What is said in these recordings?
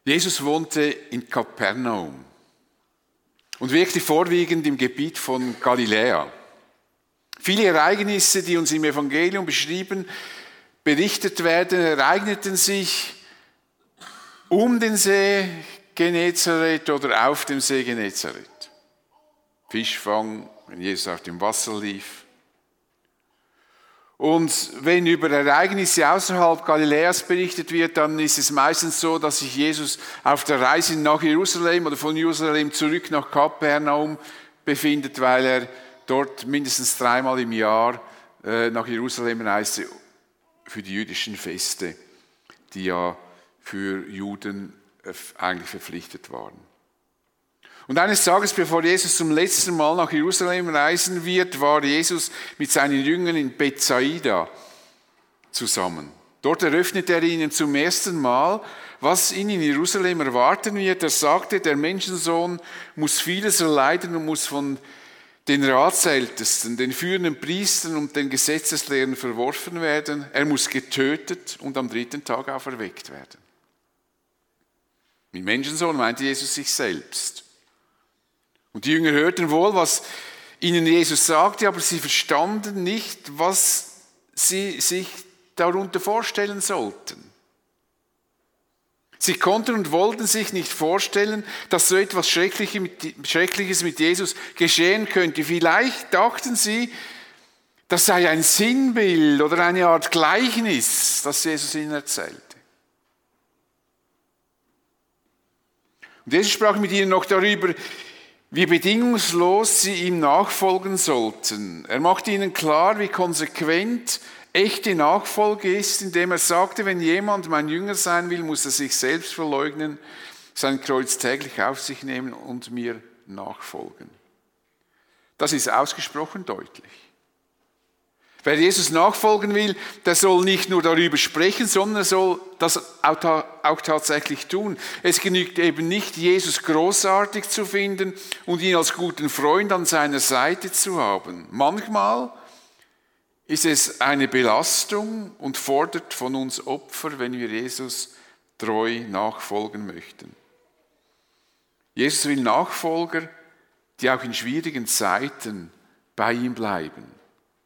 Jesus wohnte in Kapernaum und wirkte vorwiegend im Gebiet von Galiläa. Viele Ereignisse, die uns im Evangelium berichtet werden, ereigneten sich um den See Genezareth oder auf dem See Genezareth. Fischfang, wenn Jesus auf dem Wasser lief. Und wenn über Ereignisse außerhalb Galiläas berichtet wird, dann ist es meistens so, dass sich Jesus auf der Reise nach Jerusalem oder von Jerusalem zurück nach Kapernaum befindet, weil er dort mindestens 3-mal im Jahr nach Jerusalem reiste für die jüdischen Feste, die ja für Juden eigentlich verpflichtet waren. Und eines Tages, bevor Jesus zum letzten Mal nach Jerusalem reisen wird, war Jesus mit seinen Jüngern in Bethsaida zusammen. Dort eröffnet er ihnen zum ersten Mal, was ihn in Jerusalem erwarten wird. Er sagte, der Menschensohn muss vieles erleiden und muss von den Ratsältesten, den führenden Priestern und den Gesetzeslehrern verworfen werden. Er muss getötet und am 3. Tag auferweckt werden. Mit Menschensohn meinte Jesus sich selbst. Und die Jünger hörten wohl, was ihnen Jesus sagte, aber sie verstanden nicht, was sie sich darunter vorstellen sollten. Sie konnten und wollten sich nicht vorstellen, dass so etwas Schreckliches mit Jesus geschehen könnte. Vielleicht dachten sie, das sei ein Sinnbild oder eine Art Gleichnis, das Jesus ihnen erzählte. Und Jesus sprach mit ihnen noch darüber, wie bedingungslos sie ihm nachfolgen sollten. Er machte ihnen klar, wie konsequent echte Nachfolge ist, indem er sagte, wenn jemand mein Jünger sein will, muss er sich selbst verleugnen, sein Kreuz täglich auf sich nehmen und mir nachfolgen. Das ist ausgesprochen deutlich. Wer Jesus nachfolgen will, der soll nicht nur darüber sprechen, sondern er soll das auch tatsächlich tun. Es genügt eben nicht, Jesus großartig zu finden und ihn als guten Freund an seiner Seite zu haben. Manchmal ist es eine Belastung und fordert von uns Opfer, wenn wir Jesus treu nachfolgen möchten. Jesus will Nachfolger, die auch in schwierigen Zeiten bei ihm bleiben.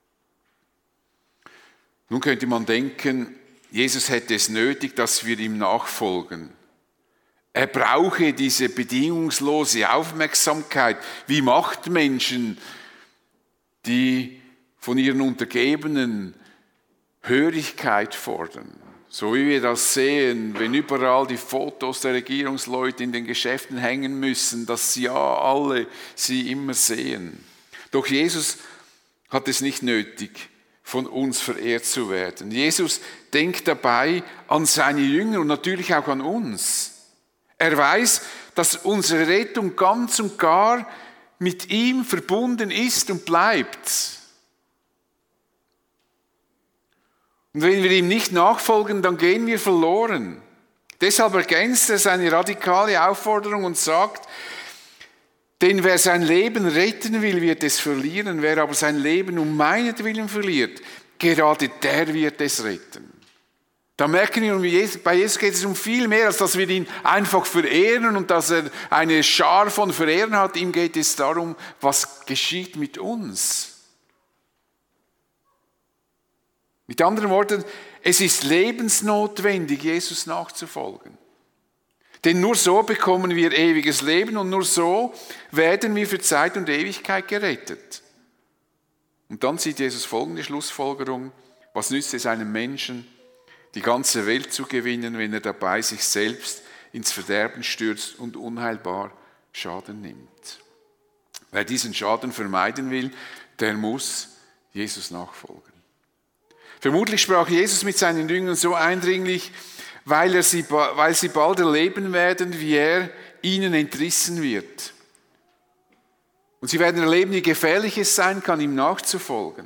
Nun könnte man denken, Jesus hätte es nötig, dass wir ihm nachfolgen. Er brauche diese bedingungslose Aufmerksamkeit wie Machtmenschen, die von ihren Untergebenen Hörigkeit fordern. So wie wir das sehen, wenn überall die Fotos der Regierungsleute in den Geschäften hängen müssen, dass ja alle sie immer sehen. Doch Jesus hat es nicht nötig, von uns verehrt zu werden. Jesus denkt dabei an seine Jünger und natürlich auch an uns. Er weiß, dass unsere Rettung ganz und gar mit ihm verbunden ist und bleibt. Und wenn wir ihm nicht nachfolgen, dann gehen wir verloren. Deshalb ergänzt er seine radikale Aufforderung und sagt, denn wer sein Leben retten will, wird es verlieren. Wer aber sein Leben um meinetwillen verliert, gerade der wird es retten. Da merken wir, bei Jesus geht es um viel mehr, als dass wir ihn einfach verehren und dass er eine Schar von Verehrern hat. Ihm geht es darum, was geschieht mit uns. Mit anderen Worten, es ist lebensnotwendig, Jesus nachzufolgen. Denn nur so bekommen wir ewiges Leben und nur so werden wir für Zeit und Ewigkeit gerettet. Und dann zieht Jesus folgende Schlussfolgerung: Was nützt es einem Menschen, die ganze Welt zu gewinnen, wenn er dabei sich selbst ins Verderben stürzt und unheilbar Schaden nimmt? Wer diesen Schaden vermeiden will, der muss Jesus nachfolgen. Vermutlich sprach Jesus mit seinen Jüngern so eindringlich, weil sie bald erleben werden, wie er ihnen entrissen wird. Und sie werden erleben, wie gefährlich es sein kann, ihm nachzufolgen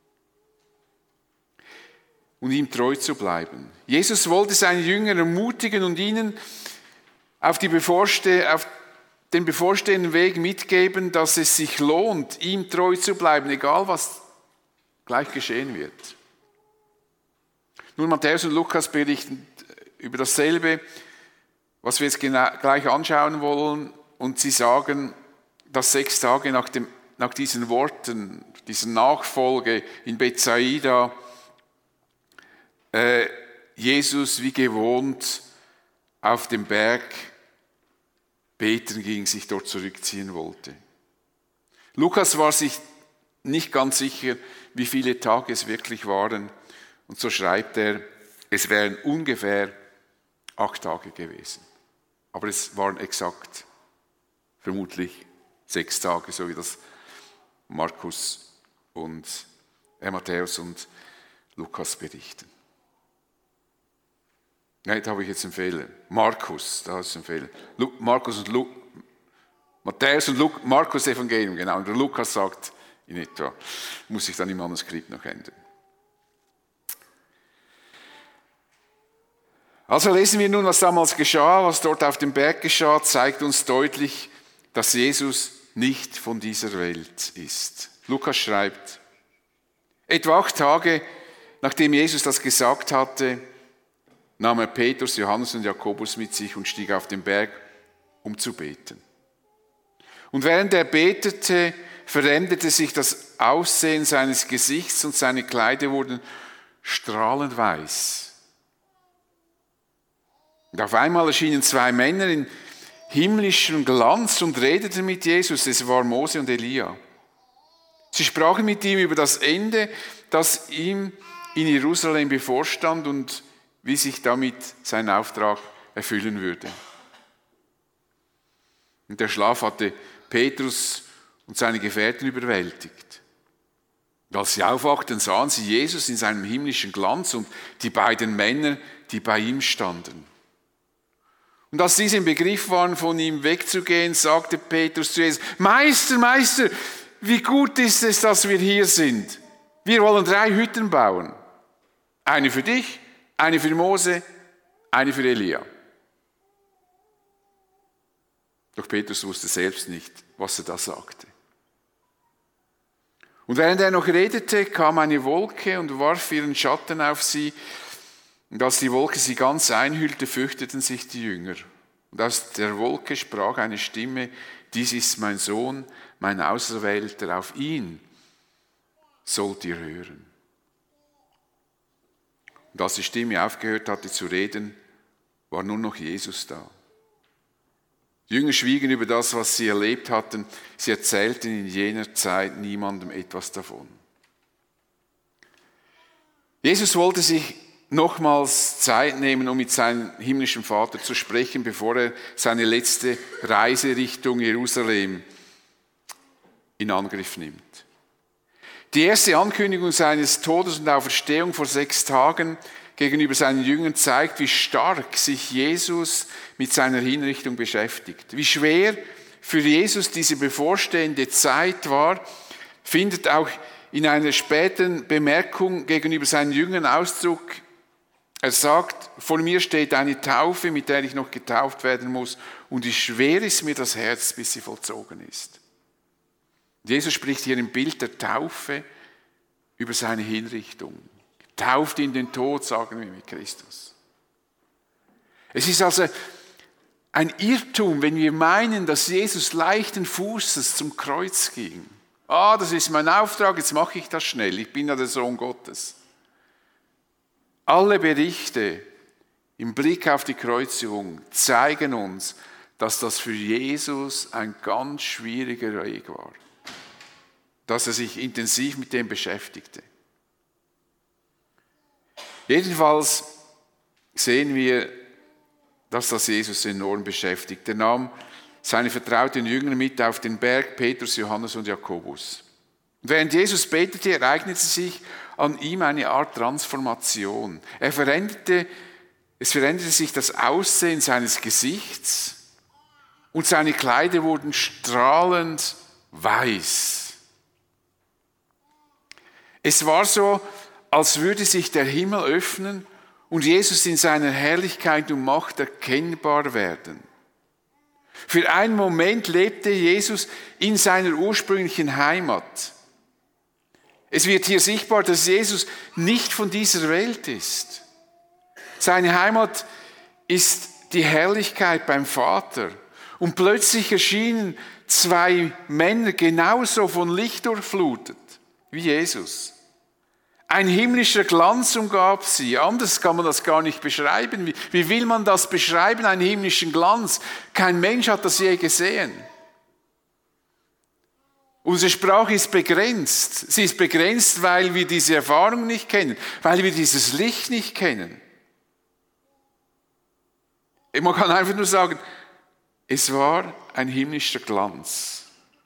und ihm treu zu bleiben. Jesus wollte seine Jünger ermutigen und ihnen auf den bevorstehenden Weg mitgeben, dass es sich lohnt, ihm treu zu bleiben, egal was gleich geschehen wird. Nun, Matthäus und Lukas berichten über dasselbe. was wir jetzt gleich anschauen wollen. Und sie sagen, dass 6 Tage nach diesen Worten, dieser Nachfolge in Bethsaida, Jesus wie gewohnt auf dem Berg beten ging, sich dort zurückziehen wollte. Lukas war sich nicht ganz sicher, wie viele Tage es wirklich waren. Und so schreibt er, es wären ungefähr 8 Tage gewesen. Aber es waren exakt, vermutlich 6 Tage, so wie das Matthäus und Lukas berichten. Nein, da habe ich jetzt einen Fehler. Markus, da ist ein Fehler. Matthäus und Markus Evangelium, genau. Und der Lukas sagt in etwa, muss ich dann im Manuskript noch ändern. Also lesen wir nun, was damals geschah, was dort auf dem Berg geschah, zeigt uns deutlich, dass Jesus nicht von dieser Welt ist. Lukas schreibt, etwa 8 Tage, nachdem Jesus das gesagt hatte, nahm er Petrus, Johannes und Jakobus mit sich und stieg auf den Berg, um zu beten. Und während er betete, veränderte sich das Aussehen seines Gesichts und seine Kleider wurden strahlend weiß. Und auf einmal erschienen 2 Männer in himmlischem Glanz und redeten mit Jesus. Es war Mose und Elia. Sie sprachen mit ihm über das Ende, das ihm in Jerusalem bevorstand und wie sich damit sein Auftrag erfüllen würde. Und der Schlaf hatte Petrus und seine Gefährten überwältigt. Und als sie aufwachten, sahen sie Jesus in seinem himmlischen Glanz und die beiden Männer, die bei ihm standen. Und als diese im Begriff waren, von ihm wegzugehen, sagte Petrus zu Jesus, Meister, Meister, wie gut ist es, dass wir hier sind. Wir wollen 3 Hütten bauen. Eine für dich, eine für Mose, eine für Elia. Doch Petrus wusste selbst nicht, was er da sagte. Und während er noch redete, kam eine Wolke und warf ihren Schatten auf sie. Und als die Wolke sie ganz einhüllte, fürchteten sich die Jünger. Und aus der Wolke sprach eine Stimme, dies ist mein Sohn, mein Auserwählter, auf ihn sollt ihr hören. Und als die Stimme aufgehört hatte zu reden, war nur noch Jesus da. Die Jünger schwiegen über das, was sie erlebt hatten. Sie erzählten in jener Zeit niemandem etwas davon. Jesus wollte sich nochmals Zeit nehmen, um mit seinem himmlischen Vater zu sprechen, bevor er seine letzte Reise Richtung Jerusalem in Angriff nimmt. Die erste Ankündigung seines Todes und Auferstehung vor 6 Tagen gegenüber seinen Jüngern zeigt, wie stark sich Jesus mit seiner Hinrichtung beschäftigt. Wie schwer für Jesus diese bevorstehende Zeit war, findet auch in einer späten Bemerkung gegenüber seinen Jüngern Ausdruck. Er sagt, vor mir steht eine Taufe, mit der ich noch getauft werden muss, und wie schwer ist mir das Herz, bis sie vollzogen ist. Jesus spricht hier im Bild der Taufe über seine Hinrichtung. Tauft in den Tod, sagen wir mit Christus. Es ist also ein Irrtum, wenn wir meinen, dass Jesus leichten Fußes zum Kreuz ging. Das ist mein Auftrag, jetzt mache ich das schnell, ich bin ja der Sohn Gottes. Alle Berichte im Blick auf die Kreuzigung zeigen uns, dass das für Jesus ein ganz schwieriger Weg war. Dass er sich intensiv mit dem beschäftigte. Jedenfalls sehen wir, dass das Jesus enorm beschäftigt. Er nahm seine vertrauten Jünger mit auf den Berg, Petrus, Johannes und Jakobus. Und während Jesus betete, ereignete sich an ihm eine Art Transformation. Es veränderte sich das Aussehen seines Gesichts und seine Kleider wurden strahlend weiß. Es war so, als würde sich der Himmel öffnen und Jesus in seiner Herrlichkeit und Macht erkennbar werden. Für einen Moment lebte Jesus in seiner ursprünglichen Heimat. Es wird hier sichtbar, dass Jesus nicht von dieser Welt ist. Seine Heimat ist die Herrlichkeit beim Vater. Und plötzlich erschienen zwei Männer genauso von Licht durchflutet wie Jesus. Ein himmlischer Glanz umgab sie. Anders kann man das gar nicht beschreiben. Wie will man das beschreiben, einen himmlischen Glanz? Kein Mensch hat das je gesehen. Unsere Sprache ist begrenzt. Sie ist begrenzt, weil wir diese Erfahrung nicht kennen, weil wir dieses Licht nicht kennen. Man kann einfach nur sagen, es war ein himmlischer Glanz.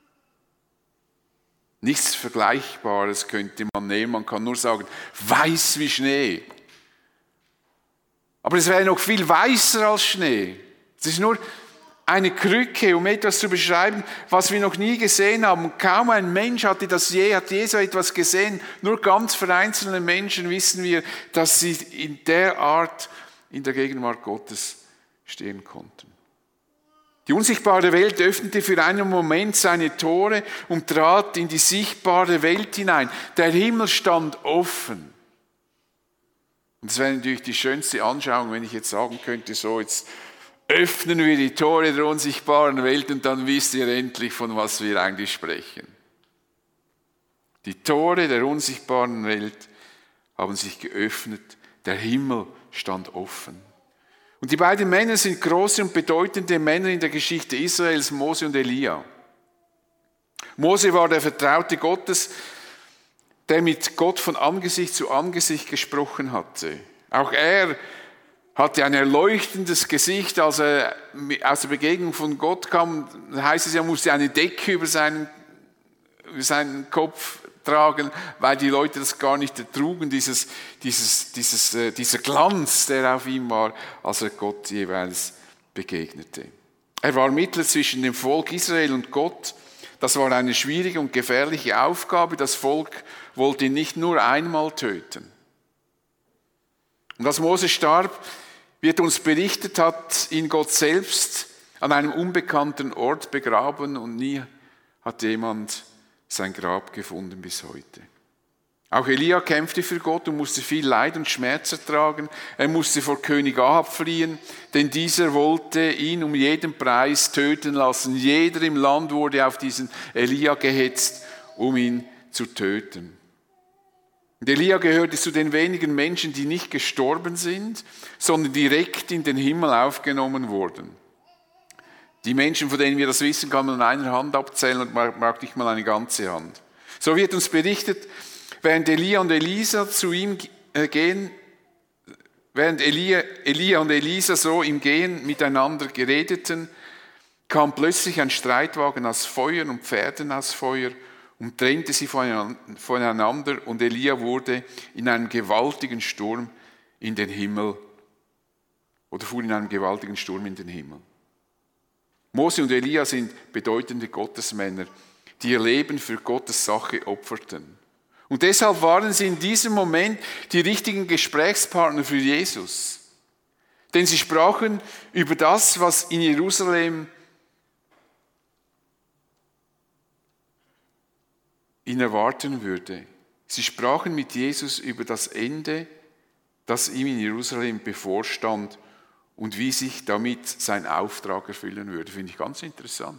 Nichts Vergleichbares könnte man nehmen. Man kann nur sagen, weiß wie Schnee. Aber es wäre noch viel weißer als Schnee. Es ist nur eine Krücke, um etwas zu beschreiben, was wir noch nie gesehen haben. Kaum ein Mensch hat je so etwas gesehen. Nur ganz vereinzelte Menschen wissen wir, dass sie in der Art in der Gegenwart Gottes stehen konnten. Die unsichtbare Welt öffnete für einen Moment seine Tore und trat in die sichtbare Welt hinein. Der Himmel stand offen. Und das wäre natürlich die schönste Anschauung, wenn ich jetzt sagen könnte, so jetzt öffnen wir die Tore der unsichtbaren Welt und dann wisst ihr endlich, von was wir eigentlich sprechen. Die Tore der unsichtbaren Welt haben sich geöffnet, der Himmel stand offen. Und die beiden Männer sind große und bedeutende Männer in der Geschichte Israels, Mose und Elia. Mose war der Vertraute Gottes, der mit Gott von Angesicht zu Angesicht gesprochen hatte. Auch er hatte ein erleuchtendes Gesicht, als er aus der Begegnung von Gott kam. Da heißt es, er musste eine Decke über seinen Kopf tragen, weil die Leute das gar nicht ertrugen, dieser Glanz, der auf ihm war, als er Gott jeweils begegnete. Er war Mittler zwischen dem Volk Israel und Gott. Das war eine schwierige und gefährliche Aufgabe. Das Volk wollte ihn nicht nur einmal töten. Und als Mose starb, wird uns berichtet, hat ihn Gott selbst an einem unbekannten Ort begraben und nie hat jemand sein Grab gefunden bis heute. Auch Elia kämpfte für Gott und musste viel Leid und Schmerz ertragen. Er musste vor König Ahab fliehen, denn dieser wollte ihn um jeden Preis töten lassen. Jeder im Land wurde auf diesen Elia gehetzt, um ihn zu töten. Und Elia gehörte zu den wenigen Menschen, die nicht gestorben sind, sondern direkt in den Himmel aufgenommen wurden. Die Menschen, von denen wir das wissen, kann man an einer Hand abzählen und man braucht nicht mal eine ganze Hand. So wird uns berichtet, während Elia und Elisa so im Gehen miteinander geredeten, kam plötzlich ein Streitwagen aus Feuer und Pferden aus Feuer und trennte sie voneinander und Elia wurde in einem gewaltigen Sturm in den Himmel oder fuhr in einem gewaltigen Sturm in den Himmel. Mose und Elia sind bedeutende Gottesmänner, die ihr Leben für Gottes Sache opferten. Und deshalb waren sie in diesem Moment die richtigen Gesprächspartner für Jesus. Denn sie sprachen über das, was in Jerusalem ihn erwarten würde. Sie sprachen mit Jesus über das Ende, das ihm in Jerusalem bevorstand und wie sich damit sein Auftrag erfüllen würde. Finde ich ganz interessant.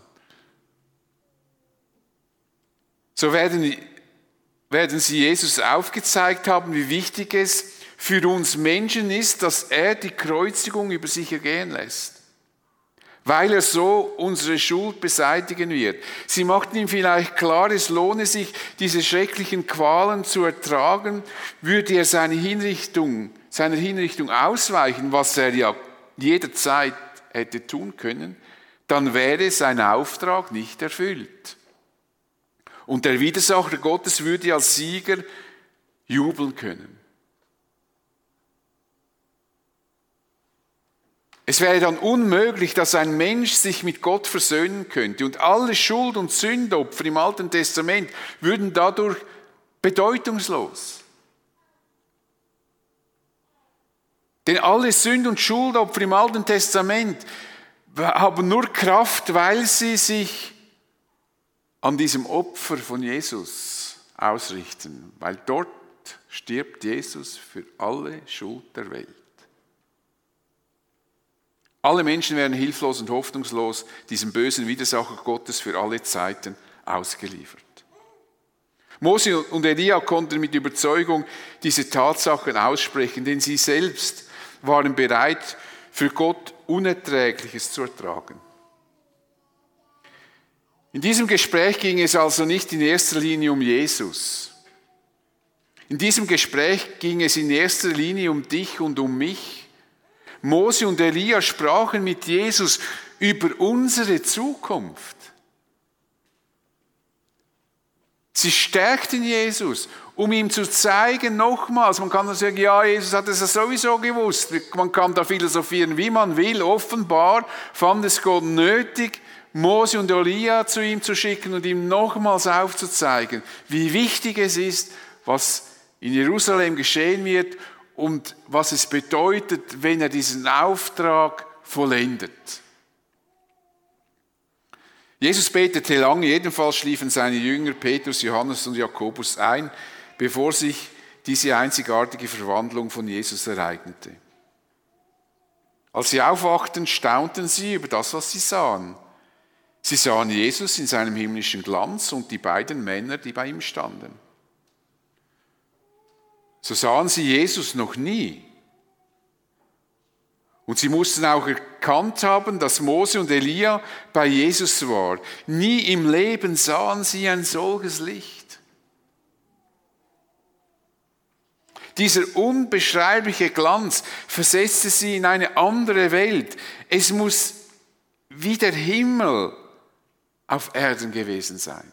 So werden sie Jesus aufgezeigt haben, wie wichtig es für uns Menschen ist, dass er die Kreuzigung über sich ergehen lässt. Weil er so unsere Schuld beseitigen wird. Sie machten ihm vielleicht klar, es lohne sich, diese schrecklichen Qualen zu ertragen, würde er seiner Hinrichtung ausweichen, was er ja jederzeit hätte tun können, dann wäre sein Auftrag nicht erfüllt. Und der Widersacher Gottes würde als Sieger jubeln können. Es wäre dann unmöglich, dass ein Mensch sich mit Gott versöhnen könnte. Und alle Schuld- und Sündopfer im Alten Testament würden dadurch bedeutungslos. Denn alle Sünd- und Schuldopfer im Alten Testament haben nur Kraft, weil sie sich an diesem Opfer von Jesus ausrichten. Weil dort stirbt Jesus für alle Schuld der Welt. Alle Menschen werden hilflos und hoffnungslos diesem bösen Widersacher Gottes für alle Zeiten ausgeliefert. Mose und Elia konnten mit Überzeugung diese Tatsachen aussprechen, denn sie selbst waren bereit, für Gott Unerträgliches zu ertragen. In diesem Gespräch ging es also nicht in erster Linie um Jesus. In diesem Gespräch ging es in erster Linie um dich und um mich. Mose und Elia sprachen mit Jesus über unsere Zukunft. Sie stärkten Jesus, um ihm zu zeigen, nochmals, man kann sagen, ja, Jesus hat es ja sowieso gewusst. Man kann da philosophieren, wie man will. Offenbar fand es Gott nötig, Mose und Elia zu ihm zu schicken und ihm nochmals aufzuzeigen, wie wichtig es ist, was in Jerusalem geschehen wird und was es bedeutet, wenn er diesen Auftrag vollendet. Jesus betete lange, jedenfalls schliefen seine Jünger Petrus, Johannes und Jakobus ein, bevor sich diese einzigartige Verwandlung von Jesus ereignete. Als sie aufwachten, staunten sie über das, was sie sahen. Sie sahen Jesus in seinem himmlischen Glanz und die beiden Männer, die bei ihm standen. So sahen sie Jesus noch nie. Und sie mussten auch erkannt haben, dass Mose und Elia bei Jesus waren. Nie im Leben sahen sie ein solches Licht. Dieser unbeschreibliche Glanz versetzte sie in eine andere Welt. Es muss wie der Himmel auf Erden gewesen sein.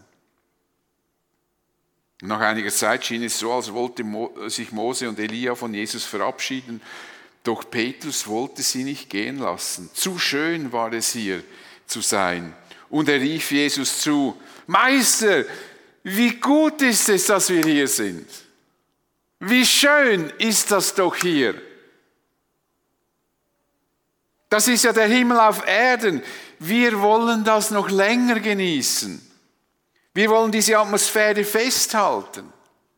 Nach einiger Zeit schien es so, als wollte sich Mose und Elia von Jesus verabschieden. Doch Petrus wollte sie nicht gehen lassen. Zu schön war es hier zu sein. Und er rief Jesus zu: Meister, wie gut ist es, dass wir hier sind. Wie schön ist das doch hier. Das ist ja der Himmel auf Erden. Wir wollen das noch länger genießen. Wir wollen diese Atmosphäre festhalten.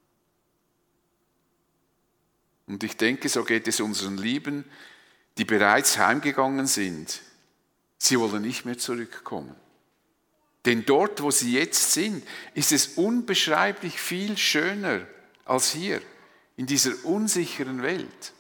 Und ich denke, so geht es unseren Lieben, die bereits heimgegangen sind. Sie wollen nicht mehr zurückkommen. Denn dort, wo sie jetzt sind, ist es unbeschreiblich viel schöner als hier, in dieser unsicheren Welt.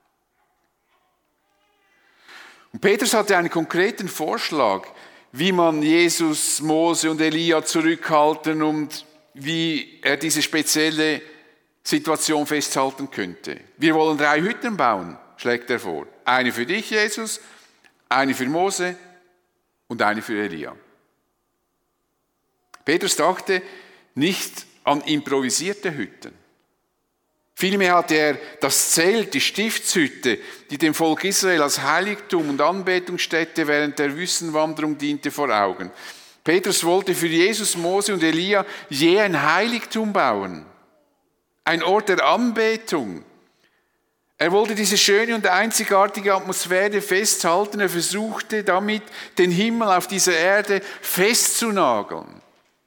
Und Petrus hatte einen konkreten Vorschlag, wie man Jesus, Mose und Elia zurückhalten und wie er diese spezielle Situation festhalten könnte. Wir wollen 3 Hütten bauen, schlägt er vor. Eine für dich, Jesus, eine für Mose und eine für Elia. Petrus dachte nicht an improvisierte Hütten. Vielmehr hatte er das Zelt, die Stiftshütte, die dem Volk Israel als Heiligtum und Anbetungsstätte während der Wüstenwanderung diente, vor Augen. Petrus wollte für Jesus, Mose und Elia je ein Heiligtum bauen. Ein Ort der Anbetung. Er wollte diese schöne und einzigartige Atmosphäre festhalten. Er versuchte damit, den Himmel auf dieser Erde festzunageln.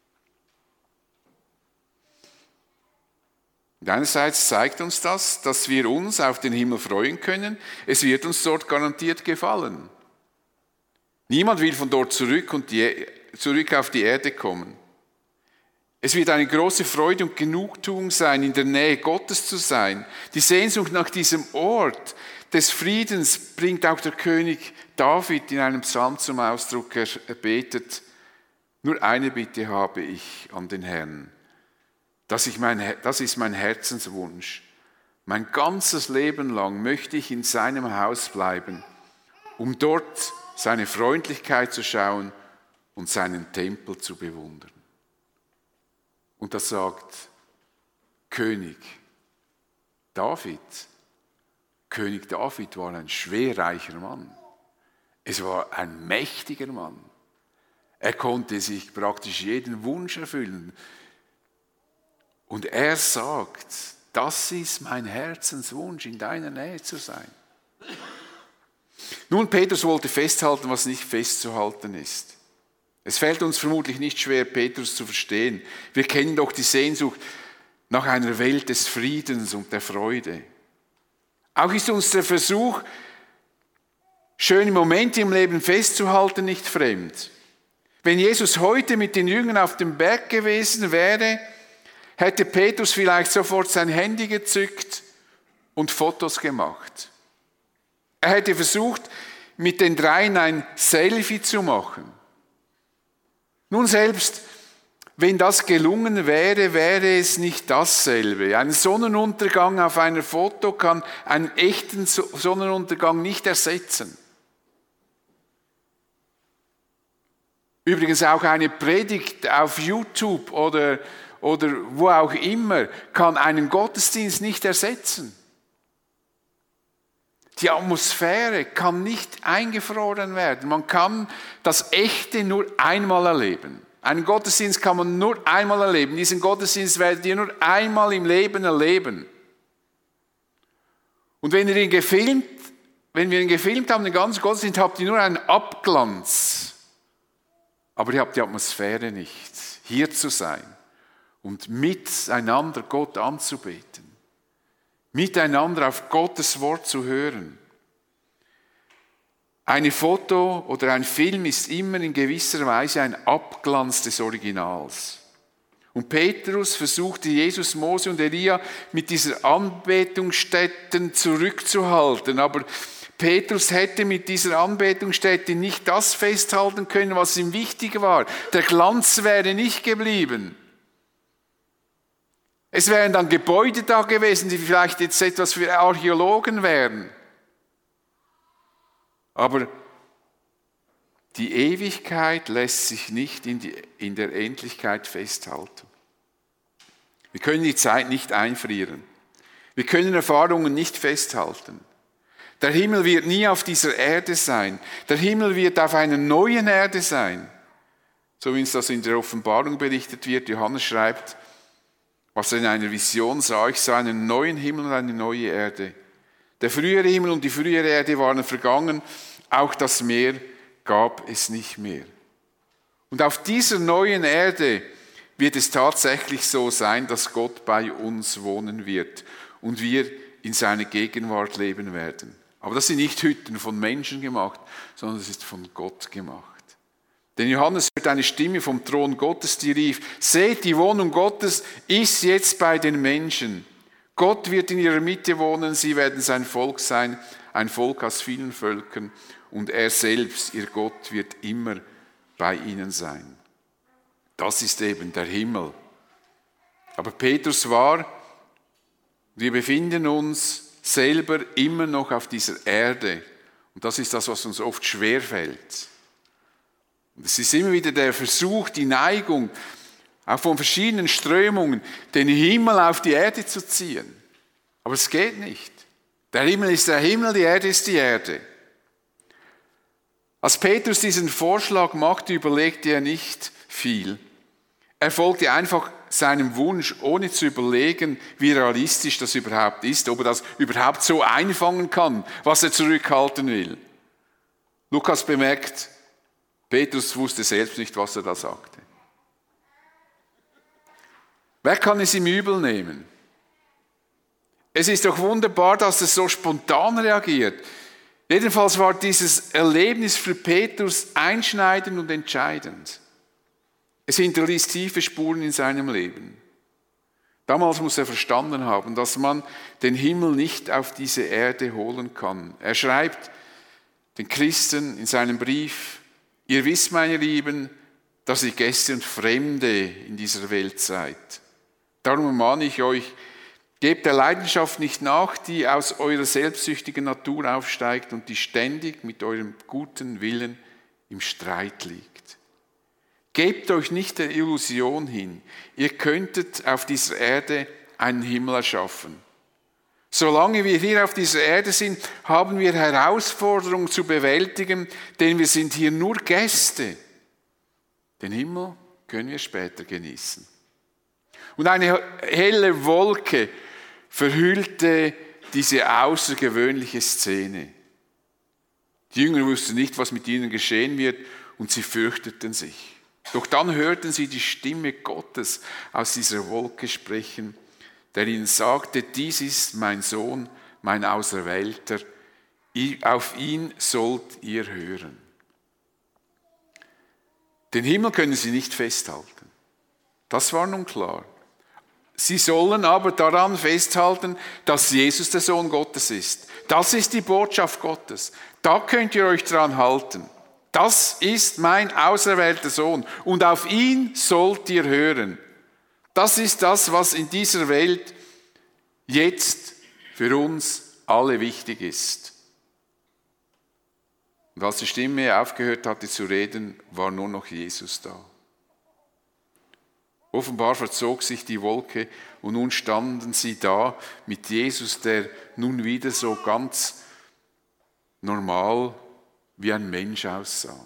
Und einerseits zeigt uns das, dass wir uns auf den Himmel freuen können. Es wird uns dort garantiert gefallen. Niemand will von dort zurück auf die Erde kommen. Es wird eine große Freude und Genugtuung sein, in der Nähe Gottes zu sein. Die Sehnsucht nach diesem Ort des Friedens bringt auch der König David in einem Psalm zum Ausdruck. Er betet: Nur eine Bitte habe ich an den Herrn. Das ist mein Herzenswunsch. Mein ganzes Leben lang möchte ich in seinem Haus bleiben, um dort seine Freundlichkeit zu schauen und seinen Tempel zu bewundern. Und das sagt König David. König David war ein schwerreicher Mann. Es war ein mächtiger Mann. Er konnte sich praktisch jeden Wunsch erfüllen. Und er sagt, das ist mein Herzenswunsch, in deiner Nähe zu sein. Nun, Petrus wollte festhalten, was nicht festzuhalten ist. Es fällt uns vermutlich nicht schwer, Petrus zu verstehen. Wir kennen doch die Sehnsucht nach einer Welt des Friedens und der Freude. Auch ist uns der Versuch, schöne Momente im Leben festzuhalten, nicht fremd. Wenn Jesus heute mit den Jüngern auf dem Berg gewesen wäre, hätte Petrus vielleicht sofort sein Handy gezückt und Fotos gemacht. Er hätte versucht, mit den dreien ein Selfie zu machen. Nun selbst, wenn das gelungen wäre, wäre es nicht dasselbe. Ein Sonnenuntergang auf einer Foto kann einen echten Sonnenuntergang nicht ersetzen. Übrigens auch eine Predigt auf YouTube oder wo auch immer kann einen Gottesdienst nicht ersetzen. Die Atmosphäre kann nicht eingefroren werden. Man kann das Echte nur einmal erleben. Einen Gottesdienst kann man nur einmal erleben. Diesen Gottesdienst werdet ihr nur einmal im Leben erleben. Und wenn wir ihn gefilmt haben, den ganzen Gottesdienst, habt ihr nur einen Abglanz. Aber ihr habt die Atmosphäre nicht, hier zu sein und miteinander Gott anzubeten. Miteinander auf Gottes Wort zu hören. Ein Foto oder ein Film ist immer in gewisser Weise ein Abglanz des Originals. Und Petrus versuchte Jesus, Mose und Elia mit dieser Anbetungsstätten zurückzuhalten. Aber Petrus hätte mit dieser Anbetungsstätte nicht das festhalten können, was ihm wichtig war. Der Glanz wäre nicht geblieben. Es wären dann Gebäude da gewesen, die vielleicht jetzt etwas für Archäologen wären. Aber die Ewigkeit lässt sich nicht in der Endlichkeit festhalten. Wir können die Zeit nicht einfrieren. Wir können Erfahrungen nicht festhalten. Der Himmel wird nie auf dieser Erde sein. Der Himmel wird auf einer neuen Erde sein. So wie uns das in der Offenbarung berichtet wird. Johannes schreibt, was er in einer Vision sah, ich sah einen neuen Himmel und eine neue Erde. Der frühere Himmel und die frühere Erde waren vergangen, auch das Meer gab es nicht mehr. Und auf dieser neuen Erde wird es tatsächlich so sein, dass Gott bei uns wohnen wird und wir in seiner Gegenwart leben werden. Aber das sind nicht Hütten von Menschen gemacht, sondern es ist von Gott gemacht. Denn Johannes hört eine Stimme vom Thron Gottes, die rief, seht, die Wohnung Gottes ist jetzt bei den Menschen. Gott wird in ihrer Mitte wohnen, sie werden sein Volk sein, ein Volk aus vielen Völkern und er selbst, ihr Gott, wird immer bei ihnen sein. Das ist eben der Himmel. Aber Petrus wir befinden uns selber immer noch auf dieser Erde und das ist das, was uns oft schwerfällt. Und es ist immer wieder der Versuch, die Neigung, auch von verschiedenen Strömungen, den Himmel auf die Erde zu ziehen. Aber es geht nicht. Der Himmel ist der Himmel, die Erde ist die Erde. Als Petrus diesen Vorschlag machte, überlegte er nicht viel. Er folgte einfach seinem Wunsch, ohne zu überlegen, wie realistisch das überhaupt ist, ob er das überhaupt so einfangen kann, was er zurückhalten will. Lukas bemerkt, Petrus wusste selbst nicht, was er da sagte. Wer kann es ihm übel nehmen? Es ist doch wunderbar, dass er so spontan reagiert. Jedenfalls war dieses Erlebnis für Petrus einschneidend und entscheidend. Es hinterließ tiefe Spuren in seinem Leben. Damals muss er verstanden haben, dass man den Himmel nicht auf diese Erde holen kann. Er schreibt den Christen in seinem Brief, ihr wisst, meine Lieben, dass ihr Gäste und Fremde in dieser Welt seid. Darum ermahne ich euch, gebt der Leidenschaft nicht nach, die aus eurer selbstsüchtigen Natur aufsteigt und die ständig mit eurem guten Willen im Streit liegt. Gebt euch nicht der Illusion hin, ihr könntet auf dieser Erde einen Himmel erschaffen. Solange wir hier auf dieser Erde sind, haben wir Herausforderungen zu bewältigen, denn wir sind hier nur Gäste. Den Himmel können wir später genießen. Und eine helle Wolke verhüllte diese außergewöhnliche Szene. Die Jünger wussten nicht, was mit ihnen geschehen wird, und sie fürchteten sich. Doch dann hörten sie die Stimme Gottes aus dieser Wolke sprechen, der ihnen sagte, dies ist mein Sohn, mein Auserwählter, auf ihn sollt ihr hören. Den Himmel können sie nicht festhalten. Das war nun klar. Sie sollen aber daran festhalten, dass Jesus der Sohn Gottes ist. Das ist die Botschaft Gottes. Da könnt ihr euch dran halten. Das ist mein auserwählter Sohn und auf ihn sollt ihr hören. Das ist das, was in dieser Welt jetzt für uns alle wichtig ist. Und als die Stimme aufgehört hatte zu reden, war nur noch Jesus da. Offenbar verzog sich die Wolke und nun standen sie da mit Jesus, der nun wieder so ganz normal wie ein Mensch aussah.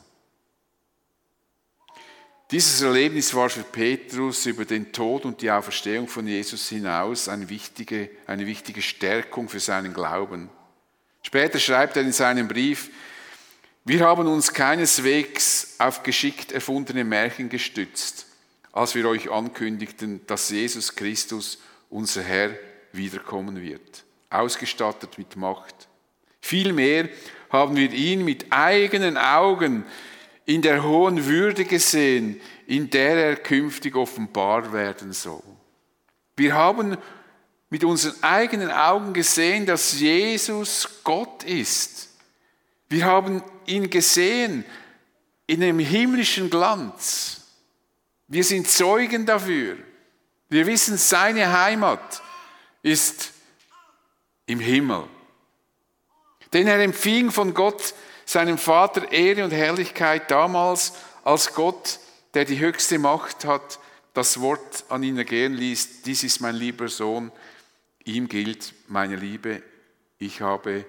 Dieses Erlebnis war für Petrus über den Tod und die Auferstehung von Jesus hinaus eine wichtige Stärkung für seinen Glauben. Später schreibt er in seinem Brief: Wir haben uns keineswegs auf geschickt erfundene Märchen gestützt, als wir euch ankündigten, dass Jesus Christus, unser Herr, wiederkommen wird, ausgestattet mit Macht. Vielmehr haben wir ihn mit eigenen Augen in der hohen Würde gesehen, in der er künftig offenbar werden soll. Wir haben mit unseren eigenen Augen gesehen, dass Jesus Gott ist. Wir haben ihn gesehen in einem himmlischen Glanz. Wir sind Zeugen dafür. Wir wissen, seine Heimat ist im Himmel. Denn er empfing von Gott, seinem Vater, Ehre und Herrlichkeit damals als Gott, der die höchste Macht hat, das Wort an ihn ergehen ließ: Dies ist mein lieber Sohn, ihm gilt meine Liebe, ihn habe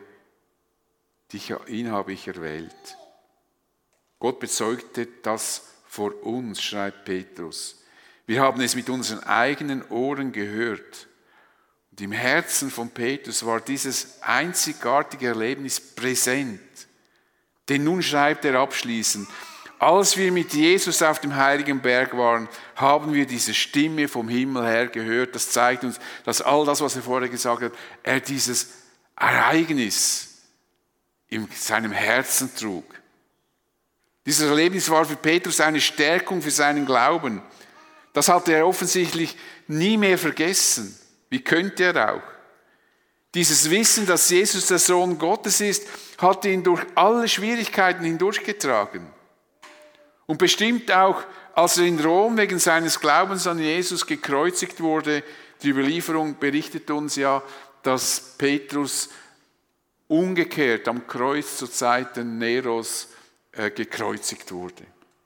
ich erwählt. Gott bezeugte das vor uns, schreibt Petrus. Wir haben es mit unseren eigenen Ohren gehört. Und im Herzen von Petrus war dieses einzigartige Erlebnis präsent. Denn nun schreibt er abschließend: Als wir mit Jesus auf dem heiligen Berg waren, haben wir diese Stimme vom Himmel her gehört. Das zeigt uns, dass all das, was er vorher gesagt hat, er dieses Ereignis in seinem Herzen trug. Dieses Erlebnis war für Petrus eine Stärkung für seinen Glauben. Das hatte er offensichtlich nie mehr vergessen. Wie könnte er auch? Dieses Wissen, dass Jesus der Sohn Gottes ist, hat ihn durch alle Schwierigkeiten hindurchgetragen. Und bestimmt auch, als er in Rom wegen seines Glaubens an Jesus gekreuzigt wurde, die Überlieferung berichtet uns ja, dass Petrus umgekehrt am Kreuz zu Zeiten Neros gekreuzigt wurde.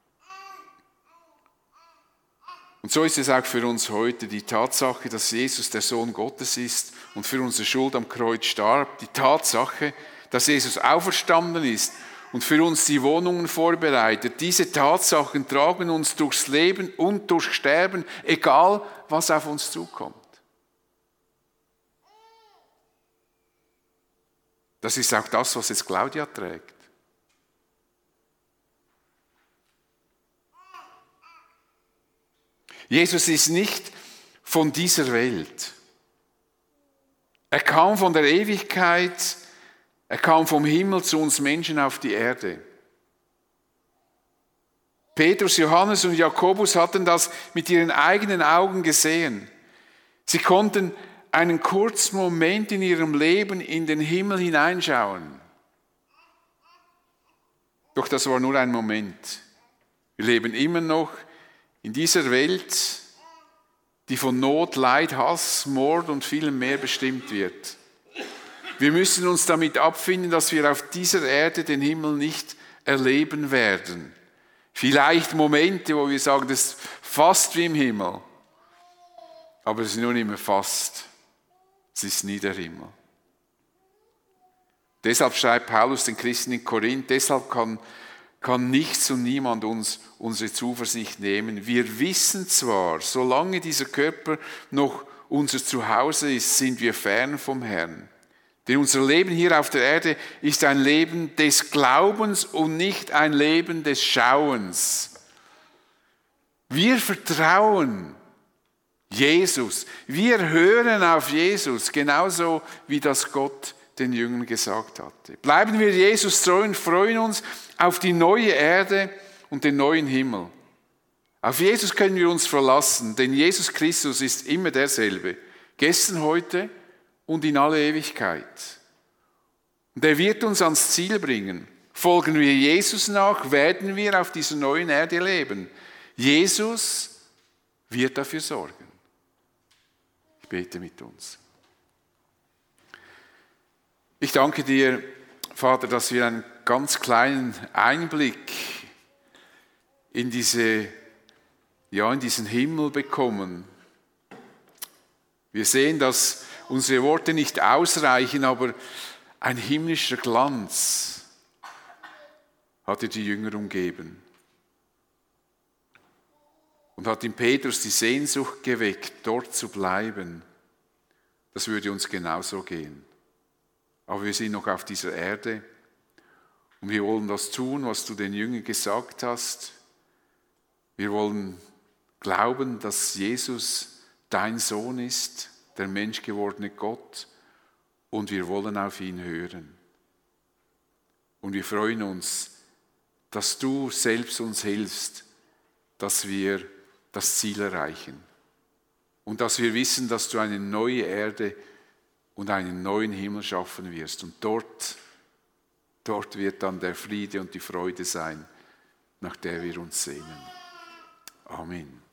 Und so ist es auch für uns heute die Tatsache, dass Jesus der Sohn Gottes ist und für unsere Schuld am Kreuz starb. Die Tatsache, dass Jesus auferstanden ist und für uns die Wohnungen vorbereitet. Diese Tatsachen tragen uns durchs Leben und durchs Sterben, egal was auf uns zukommt. Das ist auch das, was jetzt Claudia trägt. Jesus ist nicht von dieser Welt. Er kam von der Ewigkeit, er kam vom Himmel zu uns Menschen auf die Erde. Petrus, Johannes und Jakobus hatten das mit ihren eigenen Augen gesehen. Sie konnten einen kurzen Moment in ihrem Leben in den Himmel hineinschauen. Doch das war nur ein Moment. Wir leben immer noch in dieser Welt, die von Not, Leid, Hass, Mord und vielem mehr bestimmt wird. Wir müssen uns damit abfinden, dass wir auf dieser Erde den Himmel nicht erleben werden. Vielleicht Momente, wo wir sagen, das ist fast wie im Himmel. Aber es ist nur nicht mehr fast. Es ist nie der Himmel. Deshalb schreibt Paulus den Christen in Korinth, deshalb kann nichts und niemand uns unsere Zuversicht nehmen. Wir wissen zwar, solange dieser Körper noch unser Zuhause ist, sind wir fern vom Herrn. Denn unser Leben hier auf der Erde ist ein Leben des Glaubens und nicht ein Leben des Schauens. Wir vertrauen Jesus. Wir hören auf Jesus, genauso wie das Gott den Jüngern gesagt hatte. Bleiben wir Jesus treu und freuen uns auf die neue Erde und den neuen Himmel. Auf Jesus können wir uns verlassen, denn Jesus Christus ist immer derselbe, gestern, heute und in alle Ewigkeit. Und er wird uns ans Ziel bringen. Folgen wir Jesus nach, werden wir auf dieser neuen Erde leben. Jesus wird dafür sorgen. Ich bete mit uns. Ich danke dir, Vater, dass wir einen ganz kleinen Einblick in diesen Himmel bekommen. Wir sehen, dass unsere Worte nicht ausreichen, aber ein himmlischer Glanz hatte die Jünger umgeben und hat in Petrus die Sehnsucht geweckt, dort zu bleiben. Das würde uns genauso gehen. Aber wir sind noch auf dieser Erde und wir wollen das tun, was du den Jüngern gesagt hast. Wir wollen glauben, dass Jesus dein Sohn ist, der menschgewordene Gott, und wir wollen auf ihn hören. Und wir freuen uns, dass du selbst uns hilfst, dass wir das Ziel erreichen. Und dass wir wissen, dass du eine neue Erde und einen neuen Himmel schaffen wirst. Und dort wird dann der Friede und die Freude sein, nach der wir uns sehnen. Amen.